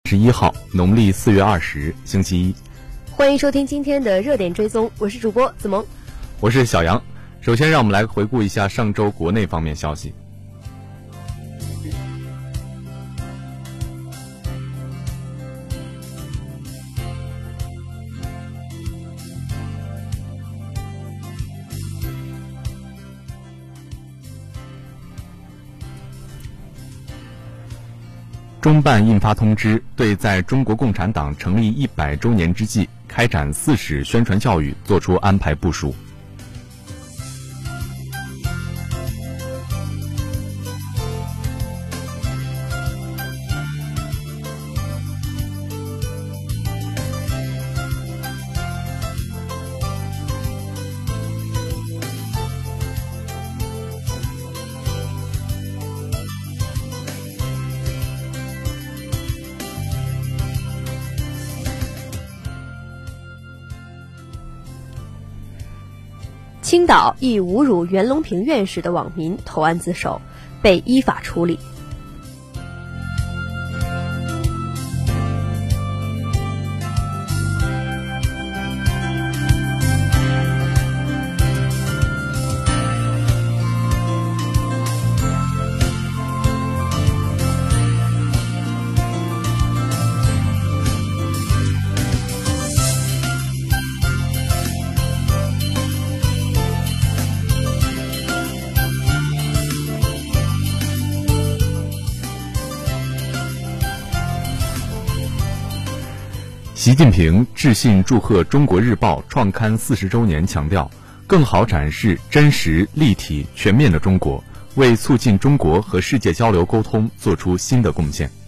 11号，农历4月20，星期一。 欢迎收听今天的热点追踪，我是主播子萌， 我是小杨。首先，让我们来回顾一下上周国内方面消息。中办印发通知，对在中国共产党成立100周年之际开展4史宣传教育作出安排部署。 青岛一侮辱袁隆平院士的网民投案自首，被依法处理。 习近平致信祝贺《中国日报》创刊40周年，强调更好展示真实、立体、全面的中国，为促进中国和世界交流沟通做出新的贡献。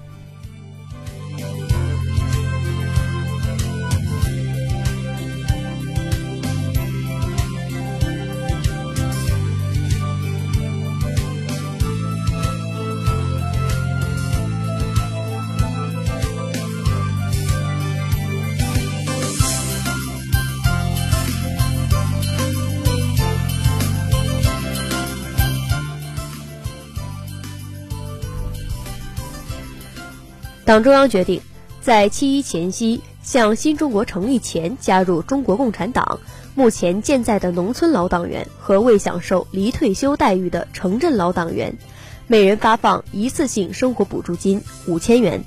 党中央决定，在7.1前夕向新中国成立前加入中国共产党、目前健在的农村老党员和未享受离退休待遇的城镇老党员，每人发放一次性生活补助金5000元。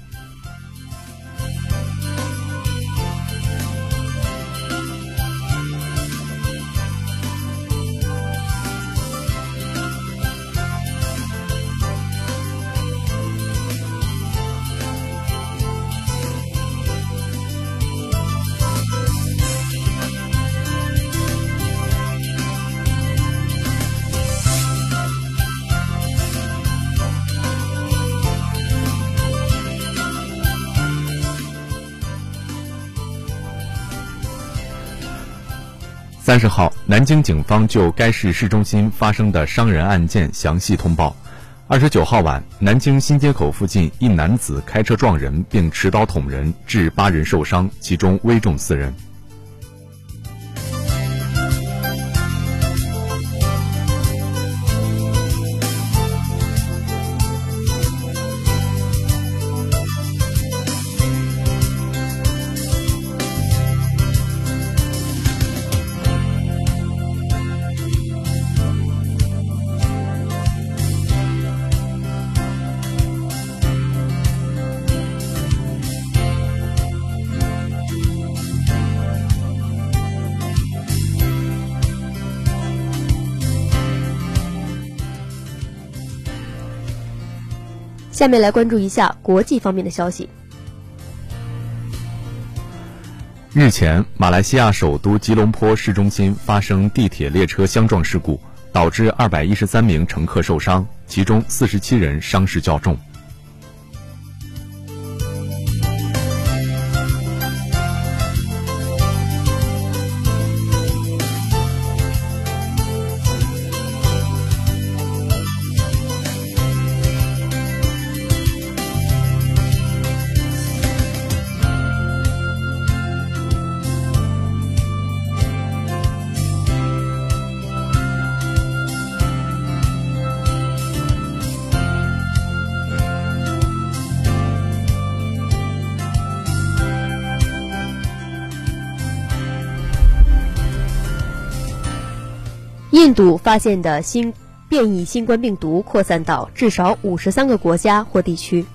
30号，南京警方就该市市中心发生的伤人案件详细通报。29号晚，南京新街口附近一男子开车撞人并持刀捅人，致8人受伤，其中危重4人。 下面来关注一下国际方面的消息。 日前，马来西亚首都吉隆坡市中心发生地铁列车相撞事故，导致213名乘客受伤，其中47人伤势较重。 印度发现的变异新冠病毒扩散到至少53个国家或地区。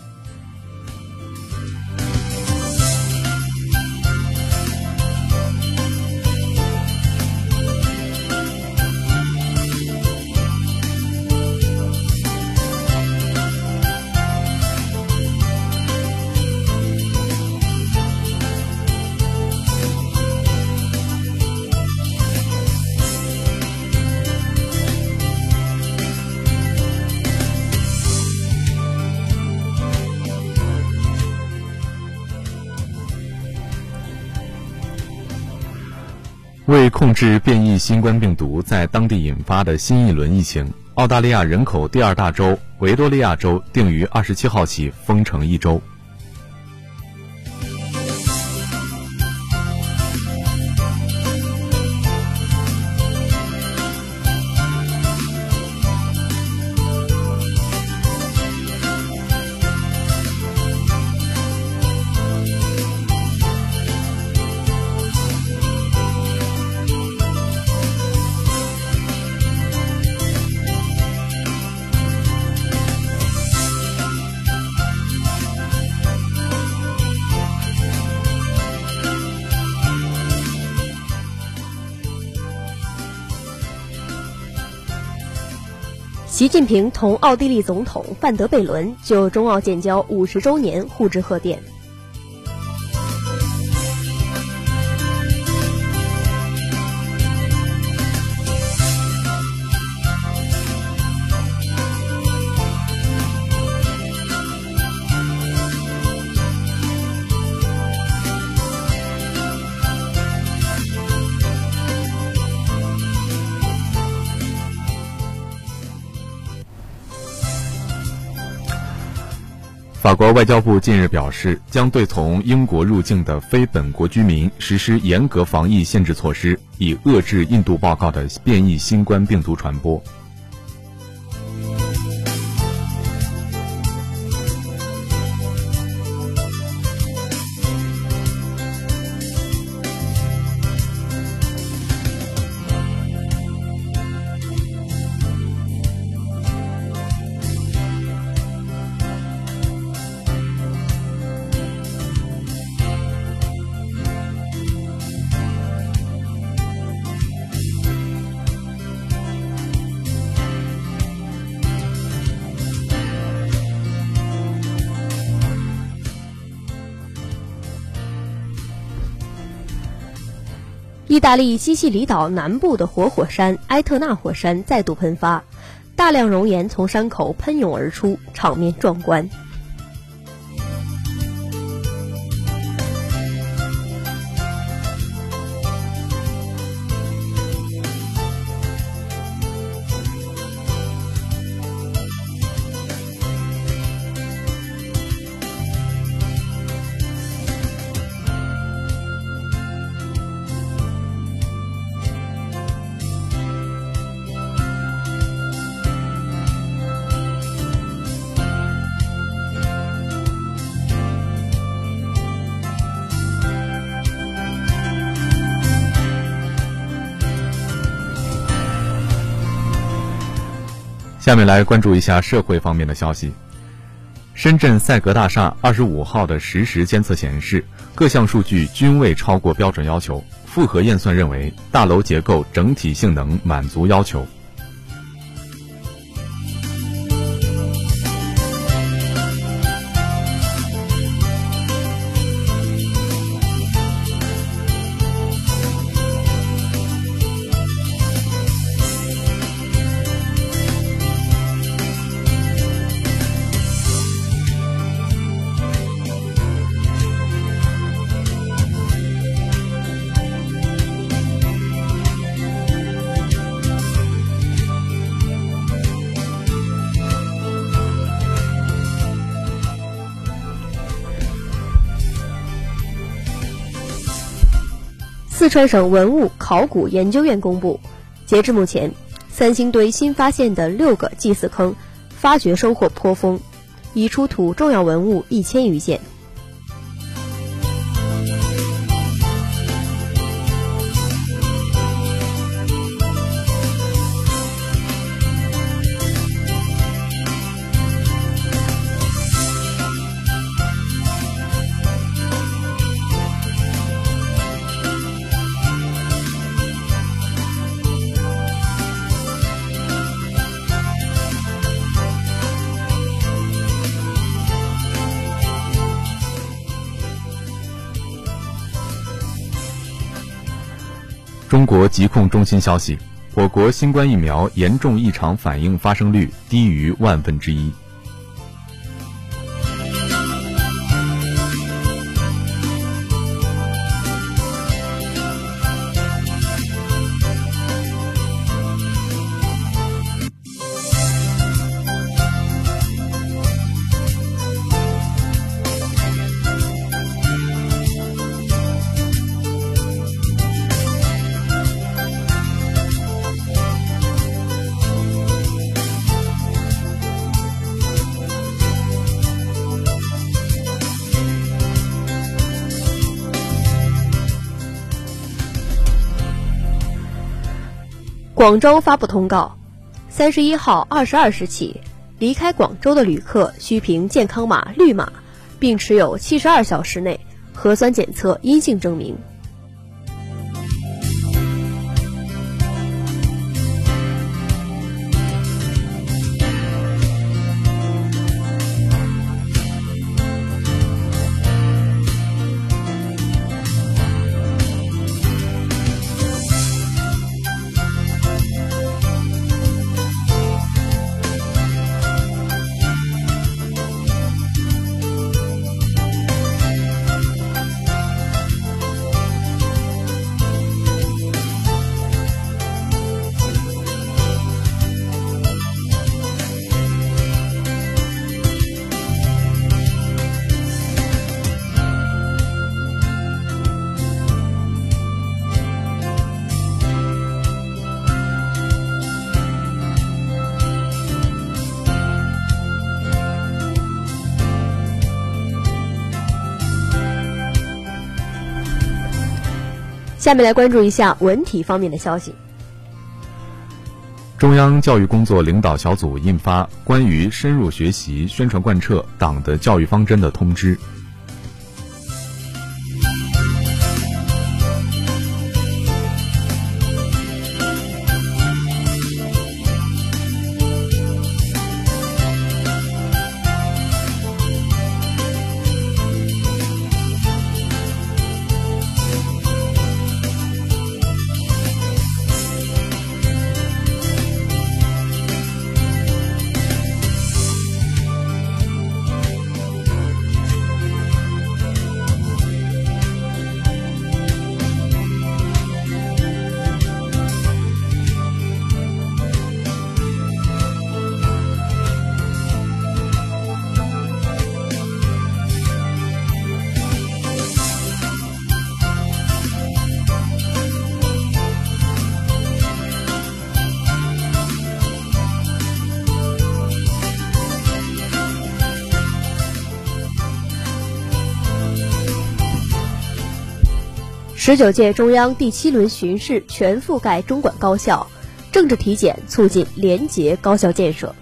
为控制变异新冠病毒在当地引发的新一轮疫情，澳大利亚人口第2大州维多利亚州定于27号起封城1周。 习近平同奥地利总统范德贝伦就中澳建交50周年互致贺电。 法国外交部近日表示，将对从英国入境的非本国居民实施严格防疫限制措施，以遏制印度报告的变异新冠病毒传播。 意大利西西里岛南部的活火山埃特纳火山再度喷发，大量熔岩从山口喷涌而出，场面壮观。 下面来关注一下社会方面的消息。深圳赛格大厦25号的实时监测显示，各项数据均未超过标准要求。复核验算认为，大楼结构整体性能满足要求。 四川省文物考古研究院公布，截至目前，三星堆新发现的6个祭祀坑发掘收获颇丰，已出土重要文物1000余件。 中国疾控中心消息，我国新冠疫苗严重异常反应发生率低于1/1000。 广州发布通告，31号22时起，离开广州的旅客需凭健康码绿码，并持有72小时内核酸检测阴性证明。下面来关注一下文体方面的消息。 中央教育工作领导小组印发关于深入学习宣传贯彻党的教育方针的通知。 19届中央第7轮巡视全覆盖中管高校，政治体检促进廉洁高校建设。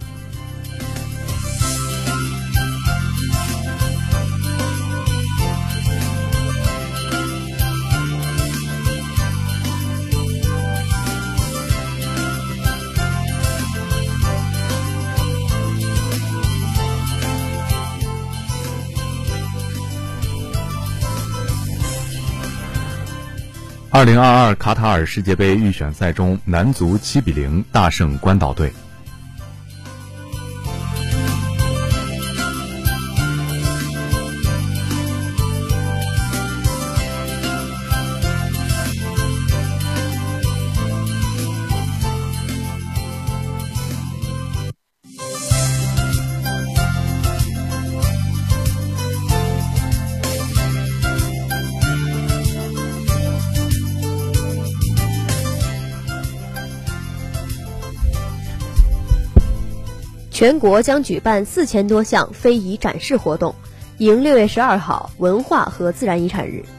2022卡塔尔世界杯预选赛中，男足7-0大胜关岛队。 全国将举办4000多项非遗展示活动，迎6月12号文化和自然遗产日。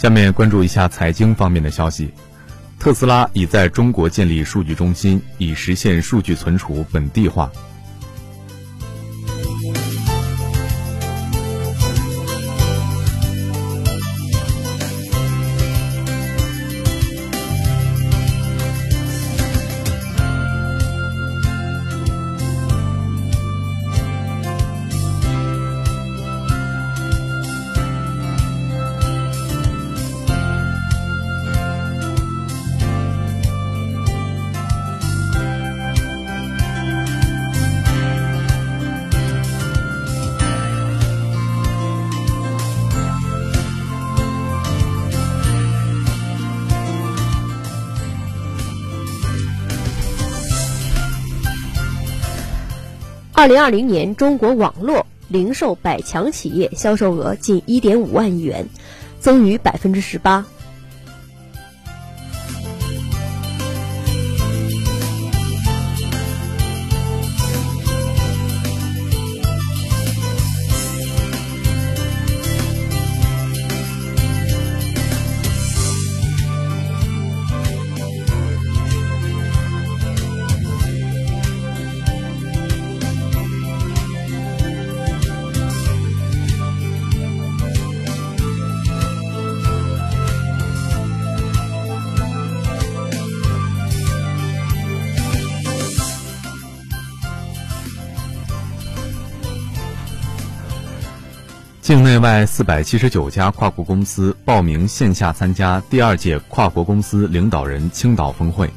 下面关注一下财经方面的消息。特斯拉已在中国建立数据中心，以实现数据存储本地化。 2020年中国网络零售百强企业销售额近1.5万亿元，增逾18%。 境内外479家跨国公司报名线下参加第2届跨国公司领导人青岛峰会。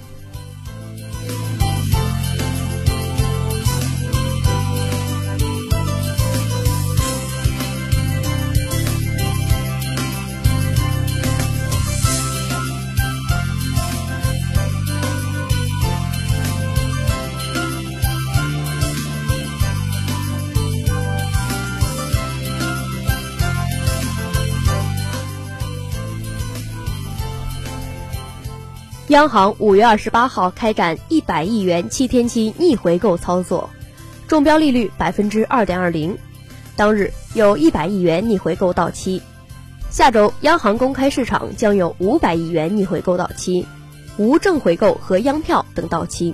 央行5月28号开展100亿元7天期逆回购操作，中标利率2.20%。当日有100亿元逆回购到期。下周央行公开市场将有500亿元逆回购到期，无正回购和央票等到期。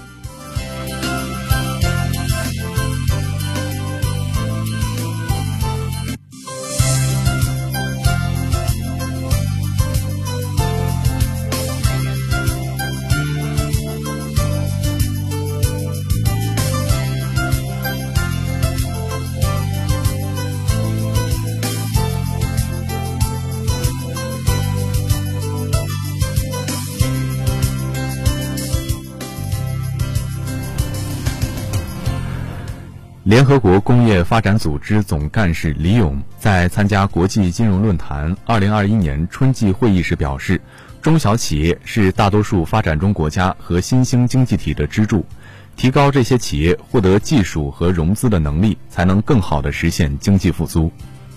联合国工业发展组织总干事李勇在参加国际金融论坛2021年春季会议时表示，中小企业是大多数发展中国家和新兴经济体的支柱，提高这些企业获得技术和融资的能力，才能更好地实现经济复苏。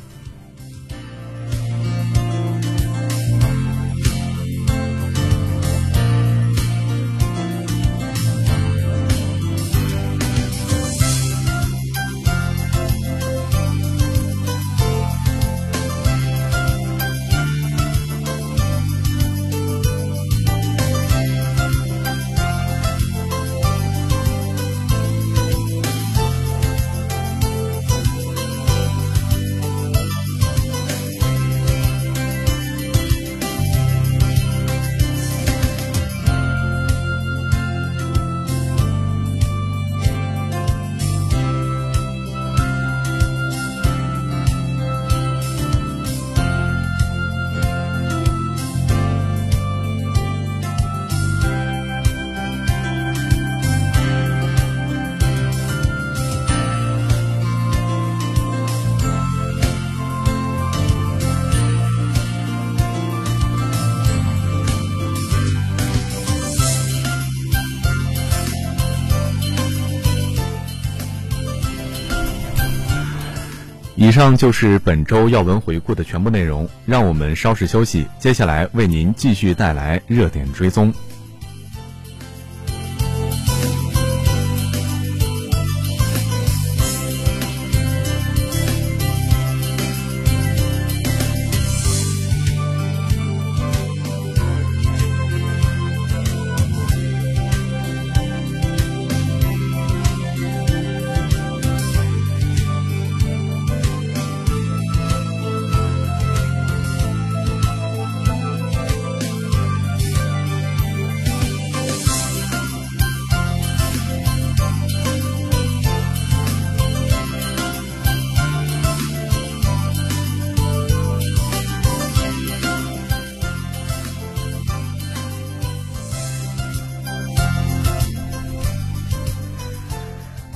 以上就是本周要闻回顾的全部内容，让我们稍事休息，接下来为您继续带来热点追踪。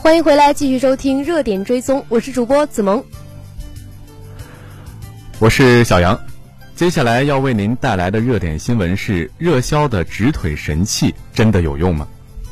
欢迎回来，继续收听热点追踪，我是主播子萌， 我是小杨。接下来要为您带来的热点新闻是：热销的直腿神器真的有用吗？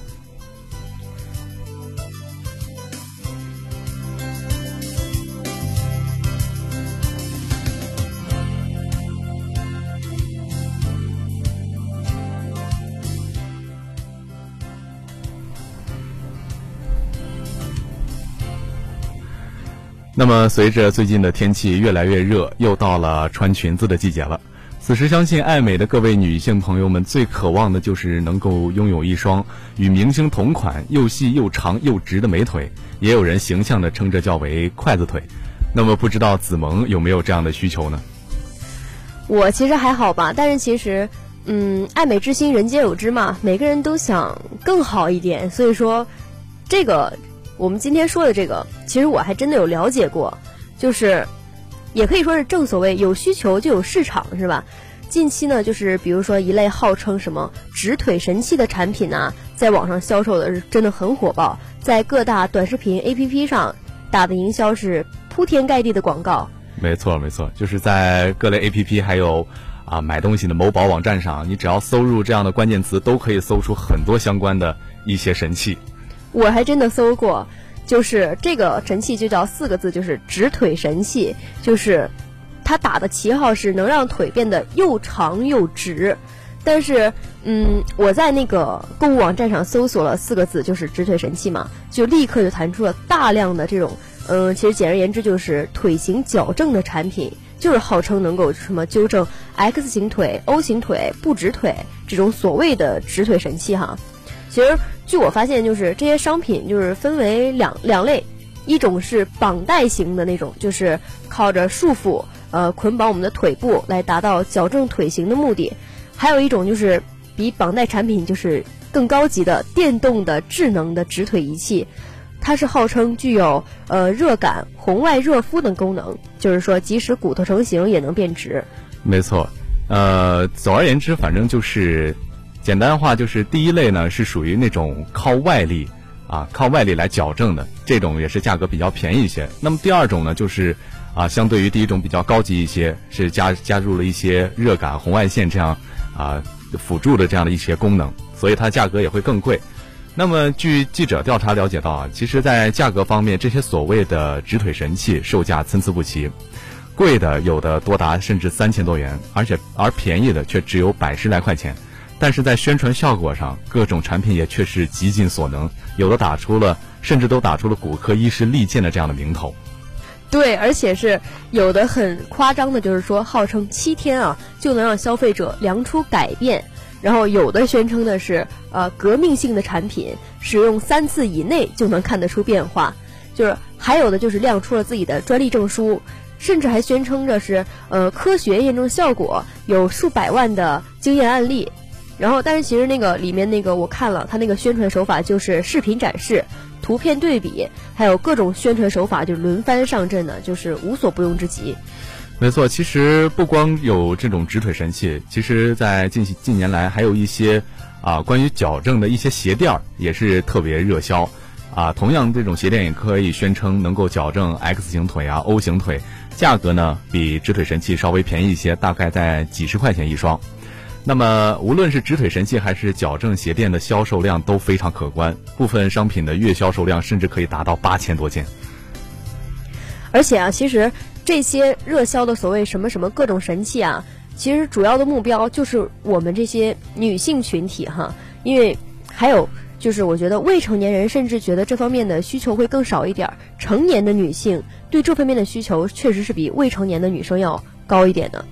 那么随着最近的天气越来越热，又到了穿裙子的季节了。此时相信爱美的各位女性朋友们最渴望的就是能够拥有一双与明星同款又细又长又直的美腿，也有人形象地称这叫为筷子腿。那么不知道子萌有没有这样的需求呢？ 我其实还好吧，但是其实爱美之心人皆有之嘛，每个人都想更好一点，所以说这个我们今天说的这个，其实我还真的有了解过，就是也可以说是正所谓有需求就有市场，是吧？近期呢，就是比如说一类号称什么直腿神器的产品啊，在网上销售的是真的很火爆，在各大短视频 APP 上打的营销是铺天盖地的广告。 没错，就是在各类 APP 还有买东西的某宝网站上，你只要搜入这样的关键词，都可以搜出很多相关的一些神器。 我还真的搜过，就是这个神器就叫4个字，就是直腿神器，就是它打的旗号是能让腿变得又长又直。但是我在那个购物网站上搜索了4个字，就是直腿神器嘛，就立刻就弹出了大量的这种其实简而言之就是腿型矫正的产品，就是号称能够什么纠正 X 型腿、O 型腿、不直腿这种所谓的直腿神器哈。其实据我发现，就是这些商品就是分为两类，一种是绑带型的那种，就是靠着束缚捆绑我们的腿部来达到矫正腿型的目的，还有一种就是比绑带产品就是更高级的电动的智能的直腿仪器，它是号称具有热感、红外热敷等功能，就是说即使骨头成型也能变直。 没错，总而言之，反正就是简单的话，就是第一类呢是属于那种靠外力来矫正的，这种也是价格比较便宜一些。那么第二种呢，就是相对于第一种比较高级一些，是加入了一些热感、红外线这样辅助的这样的一些功能，所以它价格也会更贵。那么据记者调查了解到其实在价格方面，这些所谓的直腿神器售价参差不齐，贵的有的多达甚至3000多元，而便宜的却只有110来块钱。但是在宣传效果上，各种产品也确实极尽所能，有的甚至都打出了骨科医师力荐的这样的名头。 对，而且是有的很夸张的，就是说号称7天就能让消费者量出改变，然后有的宣称的是革命性的产品，使用3次以内就能看得出变化，就是还有的就是亮出了自己的专利证书，甚至还宣称着是科学验证效果，有数百万的经验案例。然后但是其实那个里面那个我看了，它那个宣传手法就是视频展示、图片对比，还有各种宣传手法就轮番上阵呢，就是无所不用之极。 没错，其实不光有这种直腿神器，其实在近年来还有一些关于矫正的一些鞋垫也是特别热销同样这种鞋垫也可以宣称能够矫正 X 型腿O 型腿，价格呢比直腿神器稍微便宜一些，大概在几十块钱一双。那么无论是直腿神器还是矫正鞋垫的销售量都非常可观，部分商品的月销售量甚至可以达到8000多件。 而且其实这些热销的所谓什么什么各种神器其实主要的目标就是我们这些女性群体因为还有就是我觉得未成年人甚至觉得这方面的需求会更少一点，成年的女性对这方面的需求确实是比未成年的女生要高一点的。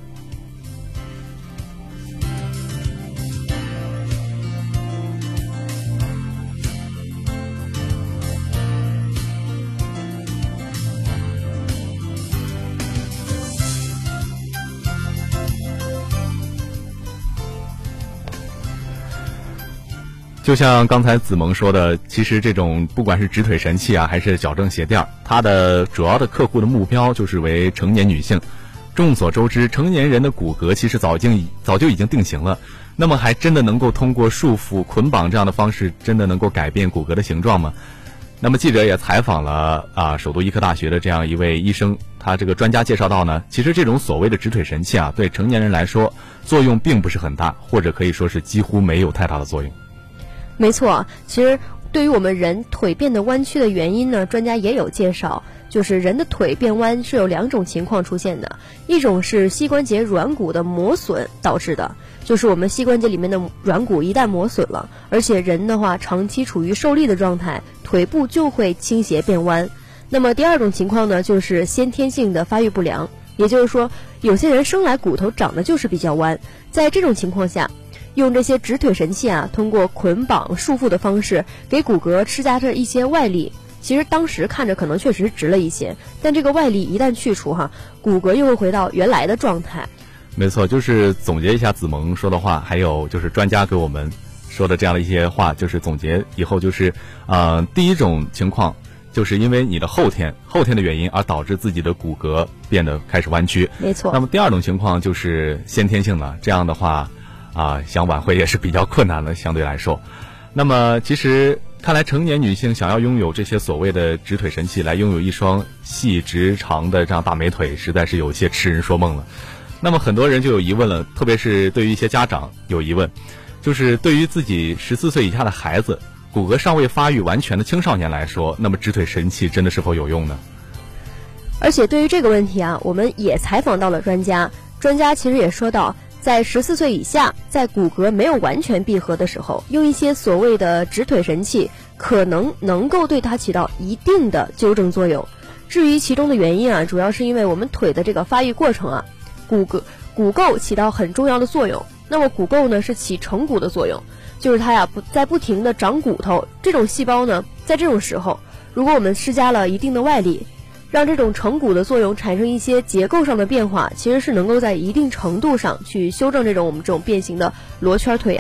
就像刚才子萌说的，其实这种不管是直腿神器还是矫正鞋垫，它的主要的客户的目标就是为成年女性。众所周知，成年人的骨骼其实早就已经定型了，那么还真的能够通过束缚、捆绑这样的方式真的能够改变骨骼的形状吗？ 那么记者也采访了首都医科大学的这样一位医生，他这个专家介绍到呢，其实这种所谓的直腿神器啊，对成年人来说作用并不是很大，或者可以说是几乎没有太大的作用。 没错，其实对于我们人腿变得弯曲的原因呢，专家也有介绍，就是人的腿变弯是有2种情况出现的，一种是膝关节软骨的磨损导致的，就是我们膝关节里面的软骨一旦磨损了，而且人的话长期处于受力的状态，腿部就会倾斜变弯。那么第2种情况呢，就是先天性的发育不良，也就是说有些人生来骨头长得就是比较弯，在这种情况下用这些直腿神器啊，通过捆绑束缚的方式给骨骼施加着一些外力，其实当时看着可能确实直了一些，但这个外力一旦去除骨骼又会回到原来的状态。 没错，就是总结一下子萌说的话，还有就是专家给我们说的这样的一些话，就是总结以后就是第一种情况就是因为你的后天的原因而导致自己的骨骼变得开始弯曲。 没错。 那么第2种情况就是先天性的，这样的话想挽回也是比较困难的，相对来说。那么其实看来成年女性想要拥有这些所谓的直腿神器，来拥有一双细直长的这样大美腿，实在是有些痴人说梦了。那么很多人就有疑问了，特别是对于一些家长有疑问，就是对于自己14岁以下的孩子，骨骼尚未发育完全的青少年来说，那么直腿神器真的是否有用呢？ 而且对于这个问题我们也采访到了专家其实也说到，在14岁以下，在骨骼没有完全闭合的时候，用一些所谓的直腿神器可能够对它起到一定的纠正作用。至于其中的原因主要是因为我们腿的这个发育过程骨垢起到很重要的作用。那么骨垢呢是起成骨的作用，就是它不停的长骨头，这种细胞呢在这种时候，如果我们施加了一定的外力，让这种成骨的作用产生一些结构上的变化，其实是能够在一定程度上去修正我们这种变形的螺圈腿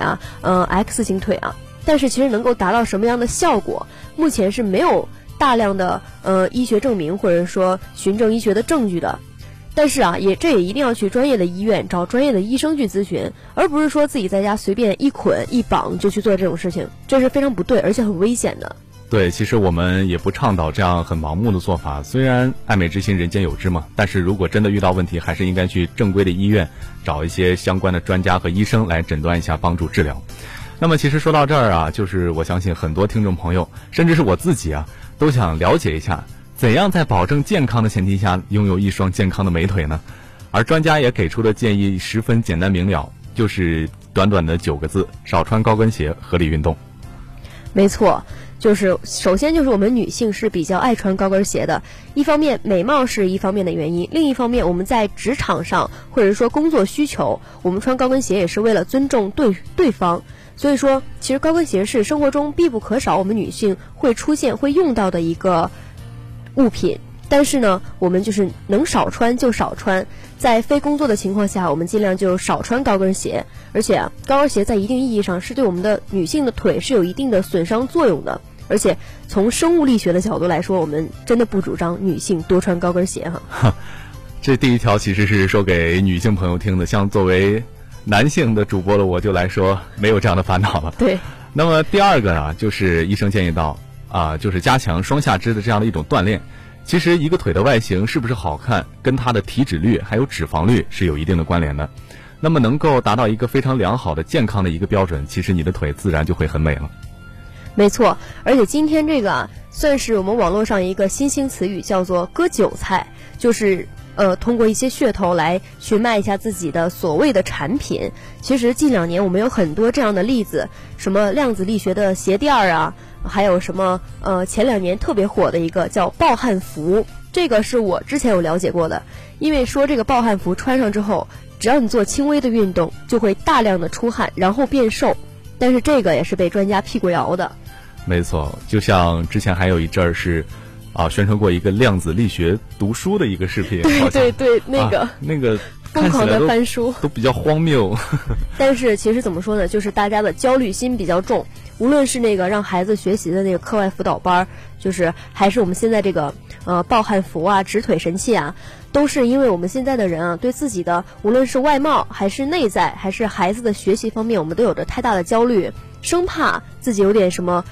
X 型腿但是其实能够达到什么样的效果，目前是没有大量的医学证明或者说循证医学的证据的。但是这也一定要去专业的医院找专业的医生去咨询，而不是说自己在家随便一捆一绑就去做这种事情，这是非常不对而且很危险的。 对，其实我们也不倡导这样很盲目的做法，虽然爱美之心人间有之嘛，但是如果真的遇到问题，还是应该去正规的医院找一些相关的专家和医生来诊断一下，帮助治疗。那么其实说到这儿就是我相信很多听众朋友甚至是我自己都想了解一下，怎样在保证健康的前提下拥有一双健康的美腿呢？而专家也给出的建议十分简单明了，就是短短的9个字：少穿高跟鞋，合理运动。 没错，就是首先就是我们女性是比较爱穿高跟鞋的，一方面美貌是一方面的原因，另一方面我们在职场上或者说工作需求，我们穿高跟鞋也是为了尊重对方。所以说其实高跟鞋是生活中必不可少，我们女性会出现会用到的一个物品。但是呢，我们就是能少穿就少穿，在非工作的情况下，我们尽量就少穿高跟鞋。而且高跟鞋在一定意义上是对我们的女性的腿是有一定的损伤作用的。而且从生物力学的角度来说，我们真的不主张女性多穿高跟鞋这第一条其实是说给女性朋友听的，像作为男性的主播的我就来说，没有这样的烦恼了。 对。 那么第2个就是医生建议到就是加强双下肢的这样的一种锻炼。其实一个腿的外形是不是好看，跟它的体脂率还有脂肪率是有一定的关联的。那么能够达到一个非常良好的健康的一个标准，其实你的腿自然就会很美了。 没错，而且今天这个算是我们网络上一个新兴词语，叫做割韭菜，就是通过一些噱头来去卖一下自己的所谓的产品。其实近2年我们有很多这样的例子，什么量子力学的鞋垫还有什么前2年特别火的一个叫暴汗服，这个是我之前有了解过的。因为说这个暴汗服穿上之后，只要你做轻微的运动就会大量的出汗然后变瘦，但是这个也是被专家辟过谣的。 没错，就像之前还有一阵儿是宣传过一个量子力学读书的一个视频。 对，那个疯狂的翻书都比较荒谬。 但是其实怎么说呢，就是大家的焦虑心比较重，无论是那个让孩子学习的那个课外辅导班，就是还是我们现在这个暴汗服直腿神器都是因为我们现在的人对自己的无论是外貌还是内在还是孩子的学习方面，我们都有着太大的焦虑，生怕自己有点什么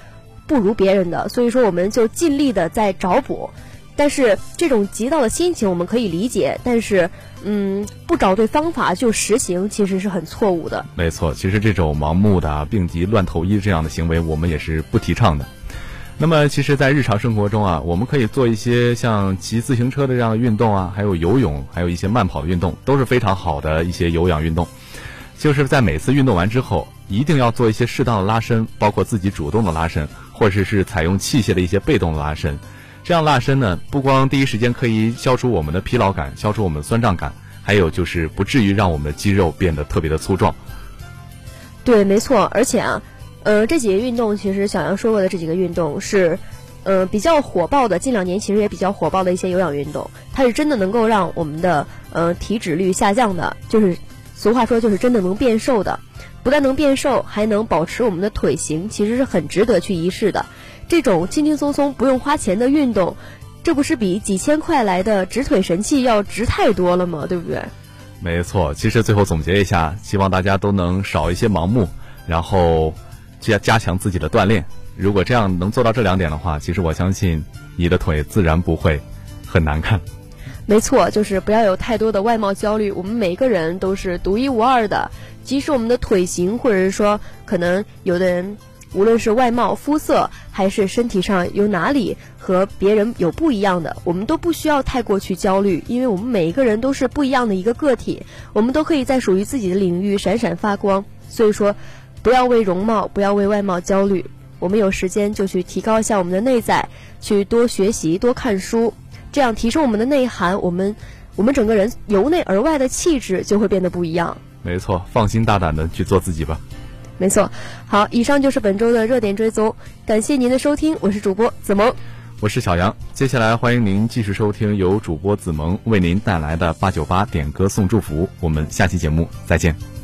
不如别人的，所以说我们就尽力的在找补。但是这种急躁的心情我们可以理解，但是不找对方法就实行，其实是很错误的。 没错，其实这种盲目的病急乱投医这样的行为，我们也是不提倡的。那么其实在日常生活中啊，我们可以做一些像骑自行车的这样的运动啊，还有游泳，还有一些慢跑的运动，都是非常好的一些有氧运动。就是在每次运动完之后，一定要做一些适当的拉伸，包括自己主动的拉伸，或者是采用器械的一些被动的拉伸。这样拉伸呢，不光第一时间可以消除我们的疲劳感，消除我们的酸胀感，还有就是不至于让我们的肌肉变得特别的粗壮。 对，没错。而且啊，这几个运动，其实小杨说过的这几个运动是比较火爆的，近2年其实也比较火爆的一些有氧运动，它是真的能够让我们的体脂率下降的，就是俗话说就是真的能变瘦的。不但能变瘦，还能保持我们的腿型，其实是很值得去一试的。这种轻轻松松不用花钱的运动，这不是比几千块来的直腿神器要值太多了吗？对不对？ 没错，其实最后总结一下，希望大家都能少一些盲目，然后加强自己的锻炼。如果这样能做到这2点的话，其实我相信你的腿自然不会很难看。 没错，就是不要有太多的外貌焦虑，我们每个人都是独一无二的，即使我们的腿型，或者是说可能有的人无论是外貌、肤色，还是身体上有哪里和别人有不一样的，我们都不需要太过去焦虑，因为我们每一个人都是不一样的一个个体，我们都可以在属于自己的领域闪闪发光。所以说不要为容貌，不要为外貌焦虑，我们有时间就去提高一下我们的内在，去多学习多看书，这样提升我们的内涵，我们整个人由内而外的气质就会变得不一样。 没错，放心大胆的去做自己吧。 没错。好，以上就是本周的热点追踪，感谢您的收听，我是主播子萌， 我是小杨。接下来欢迎您继续收听由主播子萌为您带来的898点歌送祝福，我们下期节目再见。